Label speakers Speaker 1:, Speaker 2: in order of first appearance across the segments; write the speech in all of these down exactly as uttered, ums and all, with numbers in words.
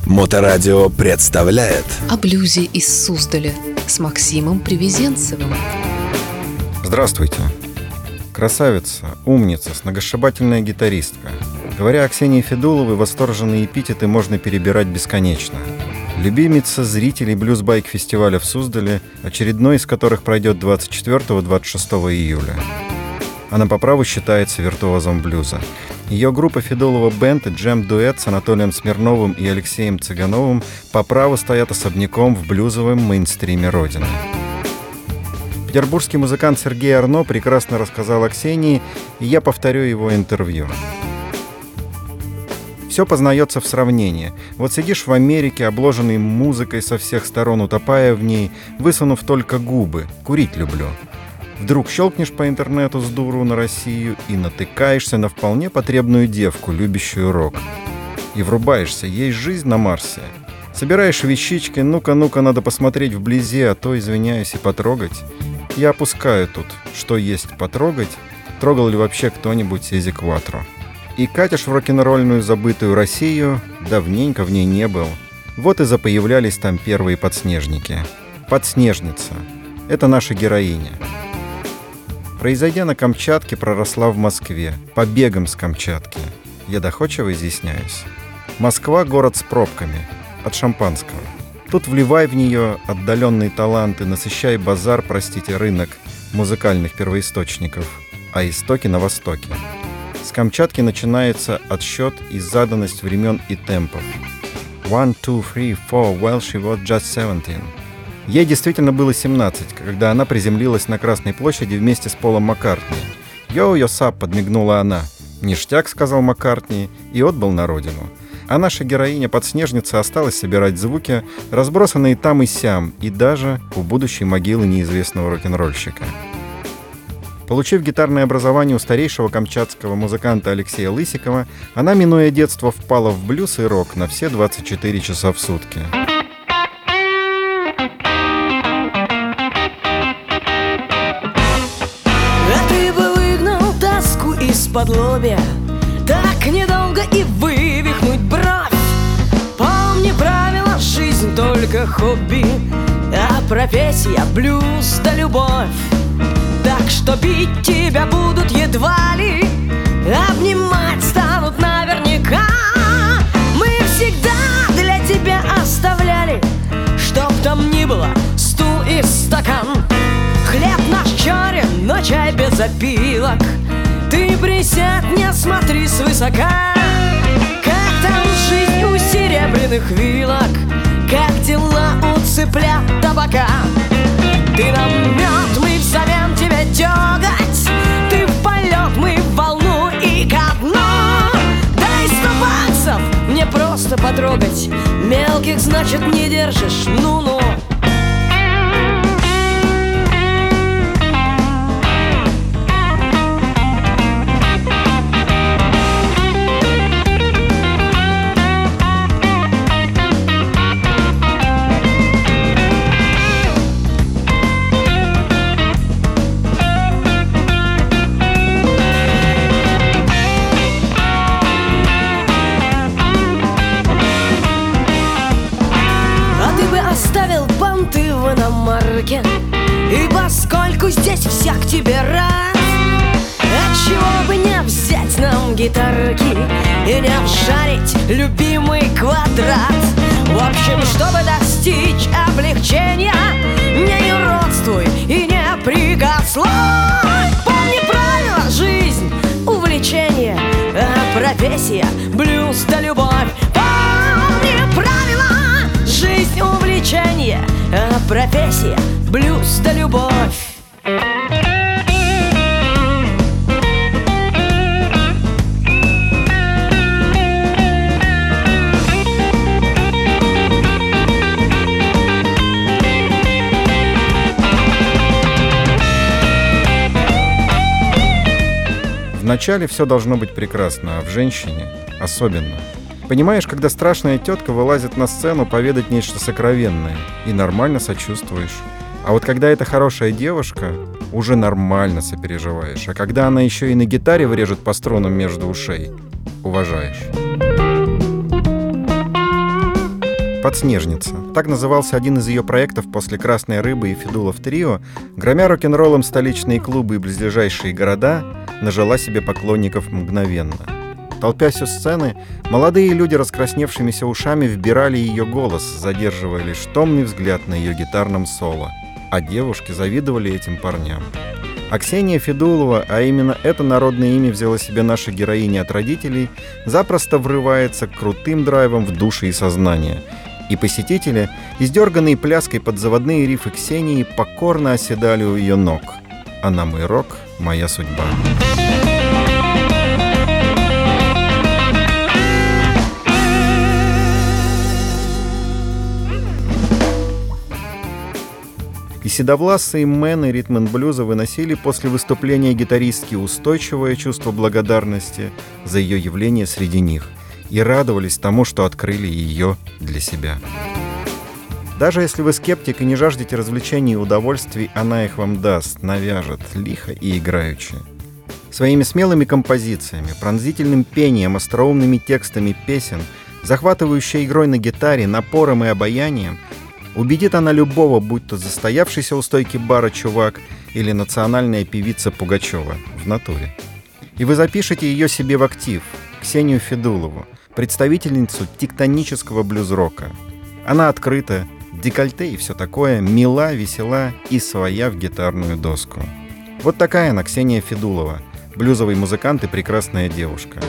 Speaker 1: Моторадио представляет
Speaker 2: О блюзе из Суздаля с Максимом Привезенцевым.
Speaker 3: Здравствуйте. Красавица, умница, сногсшибательная гитаристка. Говоря о Ксении Федуловой, восторженные эпитеты можно перебирать бесконечно. Любимица зрителей блюз-байк-фестиваля в Суздале, очередной из которых пройдет двадцать четвёртого — двадцать шестого июля. Она по праву считается виртуозом блюза. Ее группа Федулова Бэнд и джем-дуэт с Анатолием Смирновым и Алексеем Цыгановым по праву стоят особняком в блюзовом мейнстриме Родины. Петербургский музыкант Сергей Арно прекрасно рассказал о Ксении, и я повторю его интервью. Все познается в сравнении. Вот сидишь в Америке, обложенный музыкой со всех сторон, утопая в ней, высунув только губы. Курить люблю. Вдруг щелкнешь по интернету с дуру на Россию и натыкаешься на вполне потребную девку, любящую рок. И врубаешься, есть жизнь на Марсе. Собираешь вещички, ну-ка, ну-ка, надо посмотреть вблизи, а то, извиняюсь, и потрогать. Я опускаю тут, что есть потрогать, трогал ли вообще кто-нибудь Сези Кватро. И катишь в рок-н-ролльную забытую Россию, давненько в ней не был. Вот и запоявлялись там первые подснежники. Подснежница. Это наша героиня. Произойдя на Камчатке, проросла в Москве, побегом с Камчатки. Я доходчиво изъясняюсь. Москва — город с пробками, от шампанского. Тут вливай в нее отдаленные таланты, насыщай базар, простите, рынок музыкальных первоисточников, а истоки на востоке. С Камчатки начинается отсчет и заданность времен и темпов. One, two, three, four, well, she was just seventeen. Ей действительно было семнадцать, когда она приземлилась на Красной площади вместе с Полом Маккартни. «Йоу-йо, сап!» — подмигнула она. «Ништяк!» — сказал Маккартни и отбыл на родину. А наша героиня-подснежница осталась собирать звуки, разбросанные там и сям, и даже у будущей могилы неизвестного рок-н-ролльщика. Получив гитарное образование у старейшего камчатского музыканта Алексея Лысикова, она, минуя детство, впала в блюз и рок на все двадцать четыре часа в сутки.
Speaker 4: Из-под лобья так недолго и вывихнуть бровь. Помни правила, жизнь только хобби, а профессия блюз да любовь. Так что бить тебя будут едва ли, обнимать станут наверняка. Мы всегда для тебя оставляли, чтоб там ни было, стул и стакан. Хлеб наш черен, но чай без опилок. Ты присядь, не смотри свысока. Как там жизнь у серебряных вилок, как дела у цыплят табака. Ты нам мед, мы взамен тебя дёготь. Ты в полет, мы в волну и ко дну. Дай сто баксов, мне просто потрогать. Мелких, значит, не держишь, ну-ну. И поскольку здесь всяк тебе рад, отчего бы не взять нам гитарки и не обшарить любимый квадрат. В общем, чтобы достичь облегчения, не юродствуй и не прикословь. Помни правила, жизнь — увлечение, а профессия — блюз да любовь. Помни правила, жизнь — увлечение, а профессия — блюз да любовь.
Speaker 3: Вначале все должно быть прекрасно, а в женщине особенно. Понимаешь, когда страшная тетка вылазит на сцену поведать нечто сокровенное, и нормально сочувствуешь. А вот когда это хорошая девушка, уже нормально сопереживаешь. А когда она еще и на гитаре врежет по струнам между ушей, уважаешь. «Подснежница». Так назывался один из ее проектов после «Красной рыбы» и «Федулов трио». Громя рок-н-роллом столичные клубы и близлежащие города, нажила себе поклонников мгновенно. Толпясь у сцены, молодые люди раскрасневшимися ушами вбирали ее голос, задерживая лишь томный взгляд на ее гитарном соло. А девушки завидовали этим парням. А Ксения Федулова, а именно это народное имя взяла себе наша героиня от родителей, запросто врывается крутым драйвом в души и сознание. И посетители, издерганные пляской под заводные рифы Ксении, покорно оседали у ее ног. Она мой рок, моя судьба. И седовласые мены ритм-н-блюза выносили после выступления гитаристки устойчивое чувство благодарности за ее явление среди них и радовались тому, что открыли ее для себя. Даже если вы скептик и не жаждете развлечений и удовольствий, она их вам даст, навяжет, лихо и играючи. Своими смелыми композициями, пронзительным пением, остроумными текстами песен, захватывающей игрой на гитаре, напором и обаянием, убедит она любого, будь то застоявшийся у стойки бара чувак или национальная певица Пугачева в натуре. И вы запишете ее себе в актив, Ксению Федулову, представительницу тектонического блюз-рока. Она открыта, декольте и все такое, мила, весела и своя в гитарную доску. Вот такая она, Ксения Федулова, блюзовый музыкант и прекрасная девушка.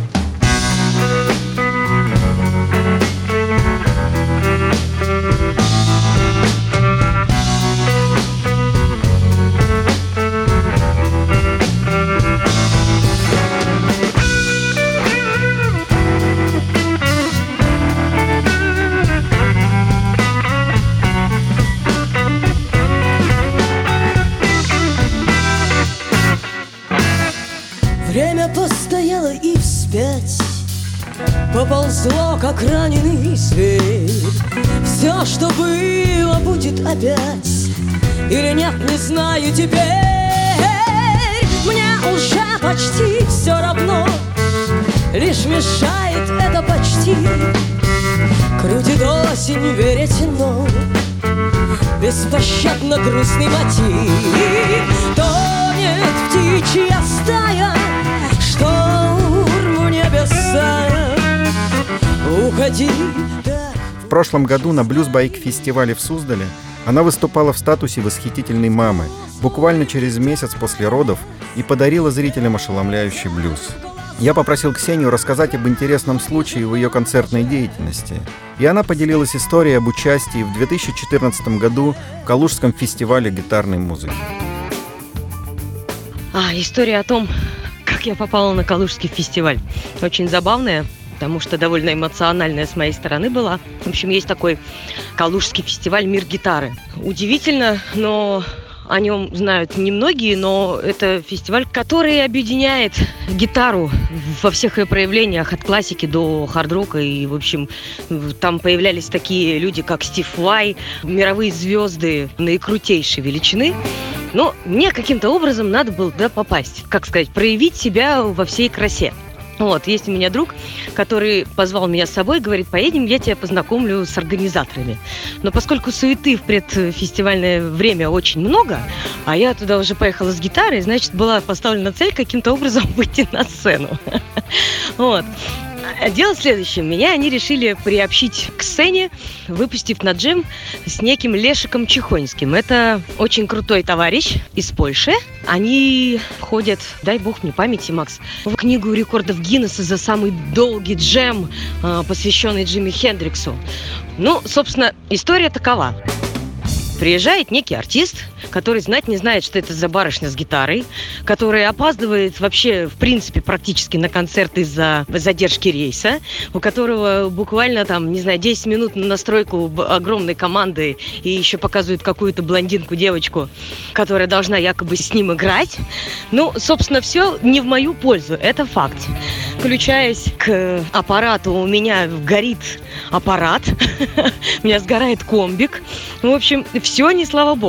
Speaker 4: Время постояло и вспять поползло, как раненый зверь. Все, что было, будет опять или нет, не знаю теперь. Мне уже почти все равно, лишь мешает это почти. Крутит осень, верить, но беспощадно грустный мотив. Тонет птичья стая, шторм в небеса. Уходи.
Speaker 3: В прошлом году на блюз-байк-фестивале в Суздале она выступала в статусе восхитительной мамы, буквально через месяц после родов, и подарила зрителям ошеломляющий блюз. Я попросил Ксению рассказать об интересном случае в ее концертной деятельности, и она поделилась историей об участии в две тысячи четырнадцатом году в Калужском фестивале гитарной музыки.
Speaker 5: А, история о том, как я попала на Калужский фестиваль, очень забавная, потому что довольно эмоциональная с моей стороны была. В общем, есть такой Калужский фестиваль «Мир гитары». Удивительно, но о нем знают немногие, но это фестиваль, который объединяет гитару во всех ее проявлениях, от классики до хард-рока. И, в общем, там появлялись такие люди, как Стив Vai, мировые звезды наикрутейшей величины. Но мне каким-то образом надо было туда попасть, как сказать, проявить себя во всей красе. Вот, есть у меня друг, который позвал меня с собой, говорит: поедем, я тебя познакомлю с организаторами. Но поскольку суеты в предфестивальное время очень много, а я туда уже поехала с гитарой, значит, была поставлена цель каким-то образом выйти на сцену. Вот. Дело в следующем. Меня они решили приобщить к сцене, выпустив на джем с неким Лешиком Чехоньским. Это очень крутой товарищ из Польши. Они входят, дай бог мне памяти, Макс, в книгу рекордов Гиннесса за самый долгий джем, посвященный Джимми Хендриксу. Ну, собственно, история такова. Приезжает некий артист, который знать не знает, что это за барышня с гитарой, который опаздывает вообще, в принципе, практически на концерт из-за задержки рейса, у которого буквально там, не знаю, десять минут на настройку огромной команды и еще показывают какую-то блондинку-девочку, которая должна якобы с ним играть. Ну, собственно, все не в мою пользу, это факт. Включаясь к аппарату, у меня горит аппарат, у меня сгорает комбик. В общем, все не слава богу.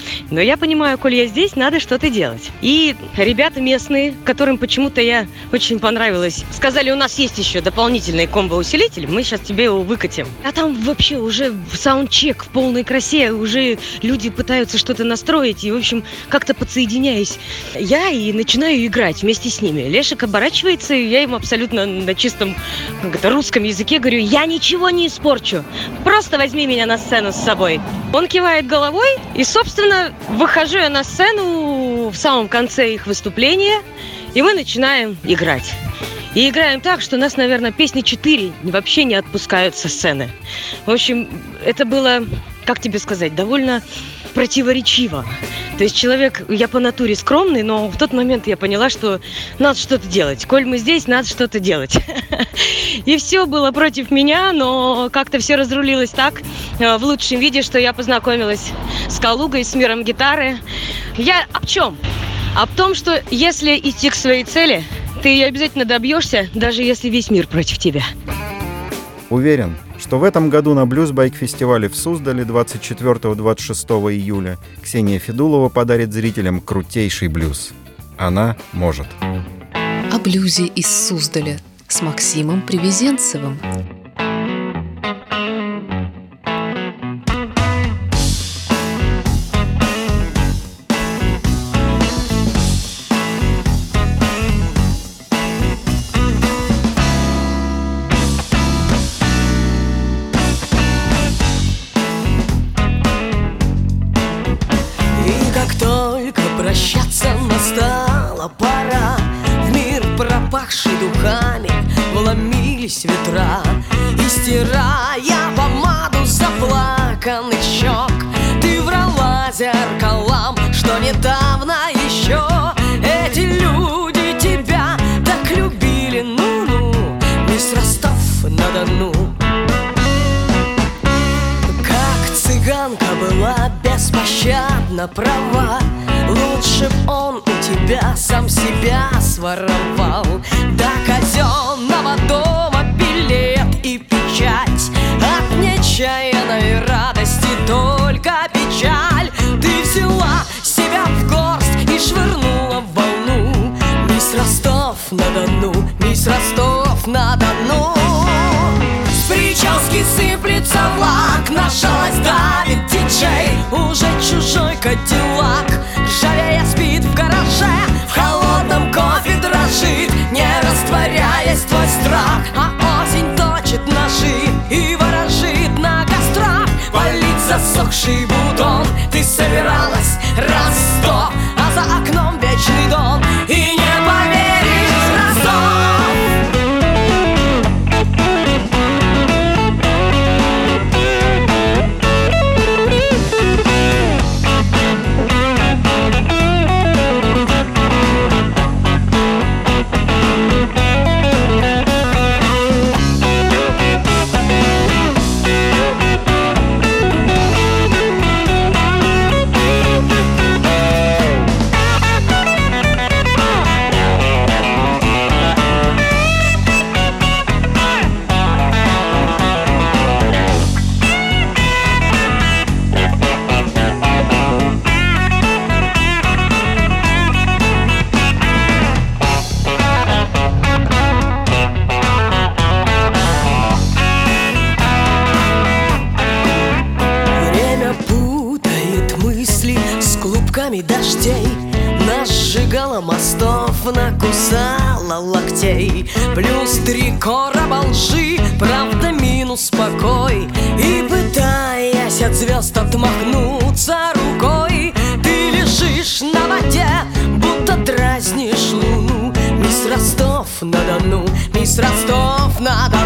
Speaker 5: Но я понимаю, коль я здесь, надо что-то делать. И ребята местные, которым почему-то я очень понравилась, сказали, у нас есть еще дополнительный комбо-усилитель, мы сейчас тебе его выкатим. А там вообще уже саундчек в полной красе, уже люди пытаются что-то настроить, и, в общем, как-то подсоединяюсь я и начинаю играть вместе с ними. Лешик оборачивается, и я ему абсолютно на чистом как это, русском языке говорю, я ничего не испорчу, просто возьми меня на сцену с собой. Он кивает головой, и, собственно, выхожу я на сцену в самом конце их выступления, и мы начинаем играть. И играем так, что нас, наверное, песни четыре вообще не отпускают со сцены. В общем, это было, как тебе сказать, довольно противоречиво. То есть человек, я по натуре скромный, но в тот момент я поняла, что надо что-то делать. Коль мы здесь, надо что-то делать. И все было против меня, но как-то все разрулилось так, в лучшем виде, что я познакомилась с Калугой, с миром гитары. Я об чем? Об том, что если идти к своей цели, ты ее обязательно добьешься, даже если весь мир против тебя.
Speaker 3: Уверен, что в этом году на блюз-байк-фестивале в Суздале двадцать четвёртого — двадцать шестого июля Ксения Федулова подарит зрителям крутейший блюз. Она может.
Speaker 2: О блюзе из Суздаля с Максимом Привезенцевым.
Speaker 4: Прощаться настала пора. В мир, пропахший духами, вломились ветра. И стирая помаду заплаканных щек, ты врала зеркалам, что недавно еще эти люди тебя так любили. Ну-ну, мисс Ростов-на-Дону. Как цыганка была беспощадно права, лучше б он у тебя сам себя своровал. До казенного дома билет и печать, от нечаянной радости только печаль. Ты взяла себя в горсть и швырнула в волну. Мисс Ростов-на-Дону, мисс Ростов-на-Дону. С прически сыплется лак, на шалость давит диджей. Уже чужой кадиллак ржавея спит в гараже, в холодном кофе дрожит, не растворяясь твой страх. А осень точит ножи и ворожит на кострах. Палит засохший бутон, ты собиралась раз сто, а за окном вечный дом, и не поверишь, Ростов. Дождей нас сжигала мостов, накусала локтей. Плюс три короба лжи, правда минус покой. И пытаясь от звезд отмахнуться рукой, ты лежишь на воде, будто дразнишь луну. Мисс Ростов-на-Дону, мисс Ростов-на-Дону.